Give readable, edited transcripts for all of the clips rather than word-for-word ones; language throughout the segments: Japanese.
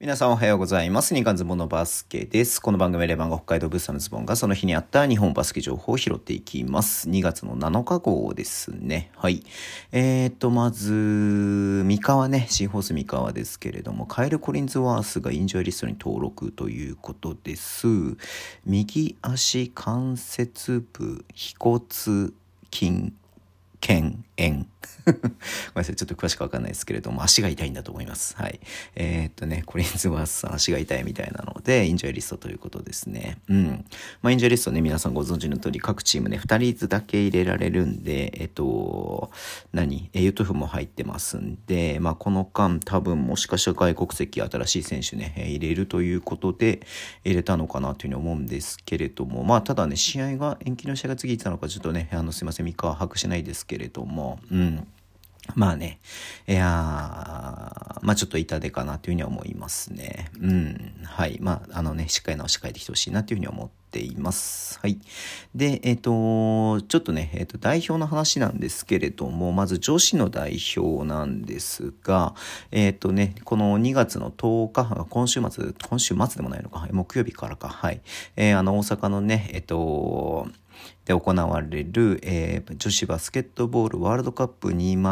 皆さんおはようございます。日刊ズボンのバスケです。この番組レバンが北海道物産のズボンがその日にあった日本バスケ情報を拾っていきます。2月の7日号ですね。はい。まず、三河ね、シーホース三河ですけれども、カエル・コリンズワースがインジョイリストに登録ということです。右足関節部、腓骨筋、腱炎ごめんなさい、ちょっと詳しくわかんないですけれども、足が痛いんだと思います。はい。コリンズワースさん足が痛いみたいなので、インジョイリストということですね。インジョイリストね、皆さんご存知の通り、各チームね、2人ずつだけ入れられるんで、ユトフも入ってますんで、この間多分もしかしたら外国籍新しい選手ね、入れるということで、入れたのかなというふうに思うんですけれども、ただね、延期の試合が次いつなのかちょっとね、すいません、3日は把握しないですけれども、ちょっと痛手かなというふうには思いますね。はい。しっかり直して帰ってきてほしいなというふうに思っています。はい。で、ちょっとね、代表の話なんですけれども、まず女子の代表なんですが、この2月の10日、今週末でもないのか、木曜日からか、はい。大阪のね、で行われる、女子バスケットボールワールドカップ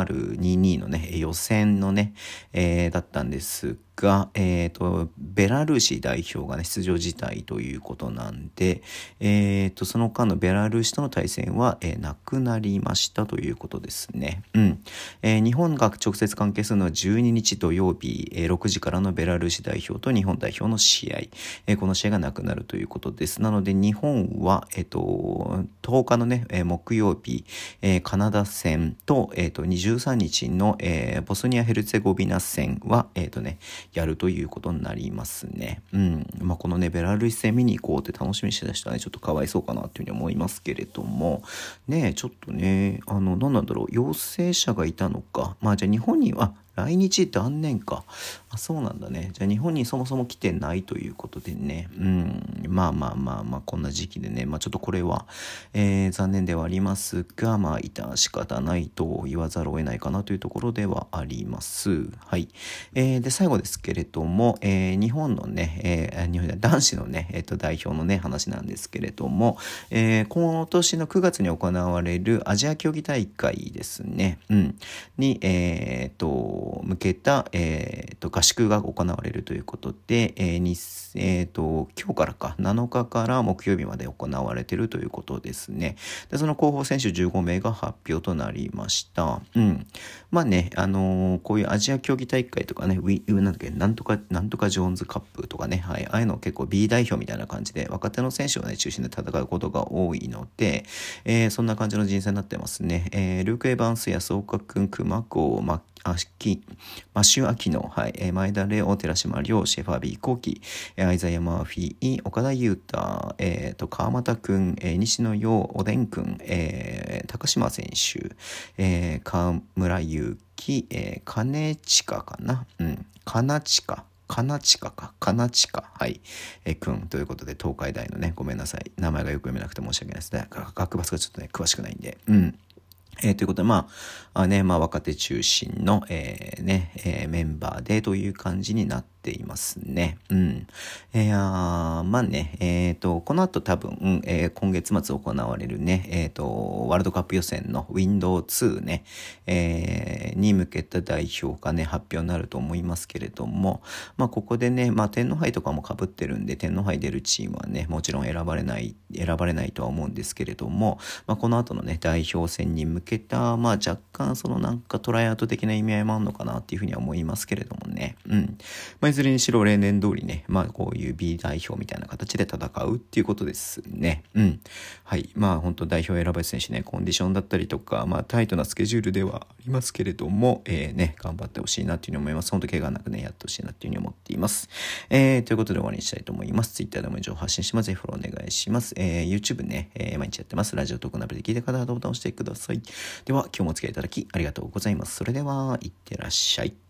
2022のね、予選のね、だったんですが、ベラルーシ代表がね、出場辞退ということなんで、その間のベラルーシとの対戦は、なくなりましたということですね。日本が直接関係するのは12日土曜日、6時からのベラルーシ代表と日本代表の試合、この試合がなくなるということです。なので日本は、10日のね、木曜日、カナダ戦と、23日の、ボスニア・ヘルツェゴビナ戦は、やるということになりますね。このね、ベラルーシ戦見に行こうって楽しみにしてた人はね、ちょっとかわいそうかなっていうふうに思いますけれども、ね、ちょっとね、何なんだろう、陽性者がいたのか。じゃあ日本には、来日断念か。そうなんだね。じゃあ日本にそもそも来てないということでね。こんな時期でね。ちょっとこれは、残念ではありますが、致し方ないと言わざるを得ないかなというところではあります。はい。で、最後ですけれども、日本のね、男子のね、代表のね、話なんですけれども、今年の9月に行われるアジア競技大会ですね。に、向けた、合宿が行われるということで、今日からか7日から木曜日まで行われているということですね。で、その候補選手15名が発表となりました。こういうアジア競技大会とかね、なんとかジョーンズカップとかね、はい、ああいうの結構 B 代表みたいな感じで若手の選手をね、中心で戦うことが多いので、そんな感じの人選になってますね。ルーク・エヴァンス、安岡くん、熊郷、マシュアキノ、はい、前田レオ、寺島亮、シェファービーコーキ、アイザヤ・マーフィー、岡田優太、川又くん、西野陽、おでんくん、高島選手、河村勇輝、金近かな、金近、はい、くんということで、東海大のね、ごめんなさい。名前がよく読めなくて申し訳ないですね。学バスがちょっとね、詳しくないんで。ということで、若手中心の、メンバーでという感じになっていますね。この後多分、今月末行われるね、ワールドカップ予選のウィンドウ2ね、に向けた代表がね、発表になると思いますけれども、ここでね、天皇杯とかも被ってるんで、天皇杯出るチームはね、もちろん選ばれないとは思うんですけれども、この後のね、代表戦に向けた、若干トライアウト的な意味合いもあるのかなっていうふうには思いますけれどもね。いずれにしろ例年通りね、こういう B 代表みたいな形で戦うっていうことですね。はい。本当代表選ばれ選手ね、コンディションだったりとか、タイトなスケジュールではありますけれども、頑張ってほしいなっていうふうに思います。本当怪我なくね、やってほしいなっていうふうに思っています。ということで終わりにしたいと思います。Twitter でも情報発信します。ぜひフォローお願いします。YouTube ね、毎日やってます。ラジオトークナビで聞いてからボタンを押してください。では、今日もお付き合いいただきありがとうございます。それでは、いってらっしゃい。